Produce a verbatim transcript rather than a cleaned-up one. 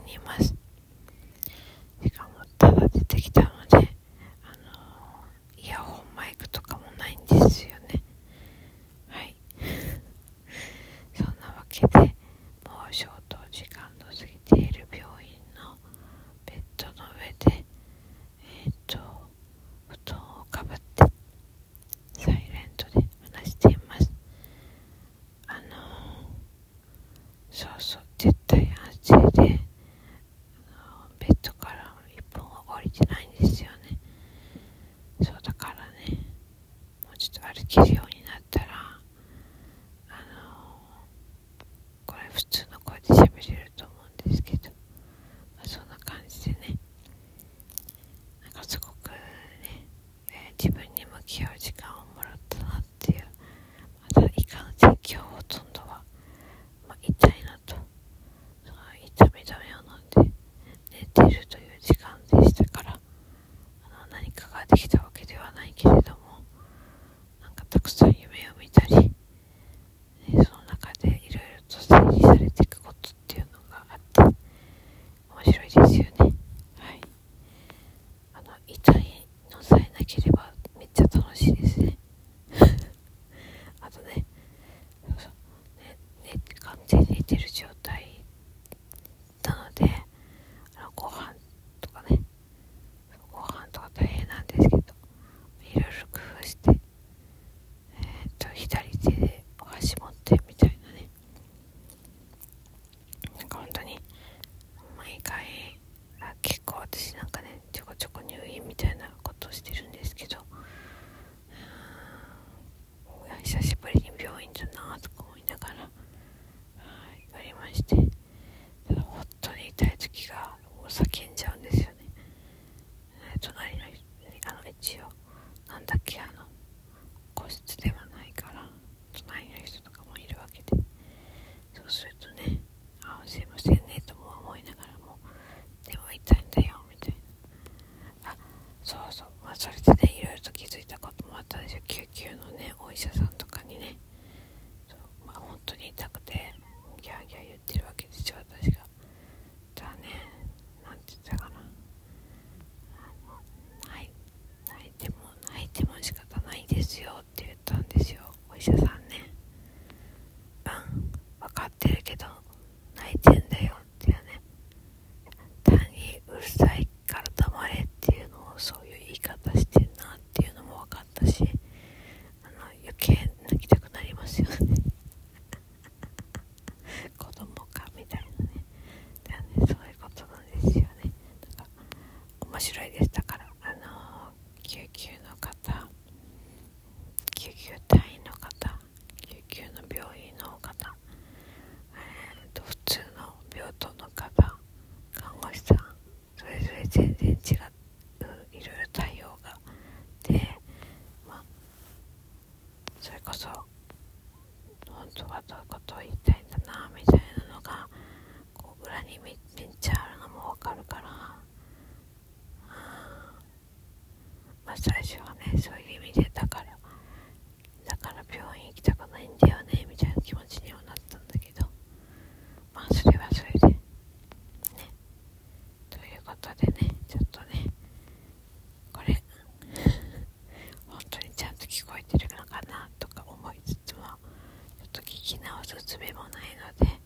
にいます。しかもただ出てきたので、あのイヤホンマイクとかもないんですよね。はい。そんなわけで、もう消灯時間の過ぎている病院のベッドの上で、えっと、布団をかぶってサイレントで話しています。あのそうそう、絶対安静で、ベッドから一本は降りてないんですよね。そうだからね、もうちょっと歩けるようになったら、あのこれ普通の声で喋れると思うんですけど、まあ、そんな感じでね、なんかすごくね、えー、自分に向き合う時間をもらったなっていう。まだいかんせん今日ほとんどは、まあ、痛いなと、痛み止めを飲んで寝てるという時間でしたから、あの何かができたわけではないけれども、なんかたくさん夢を見たり、ね、その中でいろいろと整理されていくことっていうのがあって面白いですよね。はい。あの痛いのさえなければめっちゃ楽しいですね。あとね、そうそうねね、完全に寝てる状態なので、あのご飯とかね、ご飯とか大変なんですけど、いろいろ工夫して、えー、っと左手でお箸持ってみたいなね、なんか本当に毎回、あ、結構私なんかね、ちょこちょこ入院みたいなことをしてるんですけど、久しぶりに病院だなとか思いながら、はい、やりまして、ただ本当に痛い時がもう叫んじゃうんですよね。隣の人に、あの一応なんだっけ、あの個室ではないから隣の人とかもいるわけで、そうするとね、あ、すいませんねとも思いながらも、でも痛いんだよみたいな。あ、そうそう、まあそれでね、いろいろと気づいたこともあったんですよ。救急のね、お医者さんとかにね、そう、まあ本当に痛くてギャーギャー言ってるわけですよ、私が。だね、なんて言ったかな、はい、泣いても泣いても仕方ないですよって言ったんですよ、お医者さんね。うん、分かってるけど泣いてんだよっていうね、単にうるさいから黙れっていうのを、そういう言い方してんなっていうのも分かったし、あの余計泣きたくなりますよね子供かみたいなね。だよね、そういうことなんですよね。なんか面白いです。だからあの救急の方、救急隊員の方、救急の病院の方、えー、と普通の病棟の方、看護師さん、それぞれ全然違う、いろいろ対応がで、まあ、それこそ本当はどういうことを言いたいんだなみたいなのがこう裏にめっちゃあるのも分かるから、まあ最初はね、そういう意味でだからだから病院行きたくないんだよねみたいな気持ちにはなったんだけど、まあそれはそれでね、ということでね、ちょっとね、これ本当にちゃんと聞こえてるのかなとか思いつつも、ちょっと聞き直す術もないので、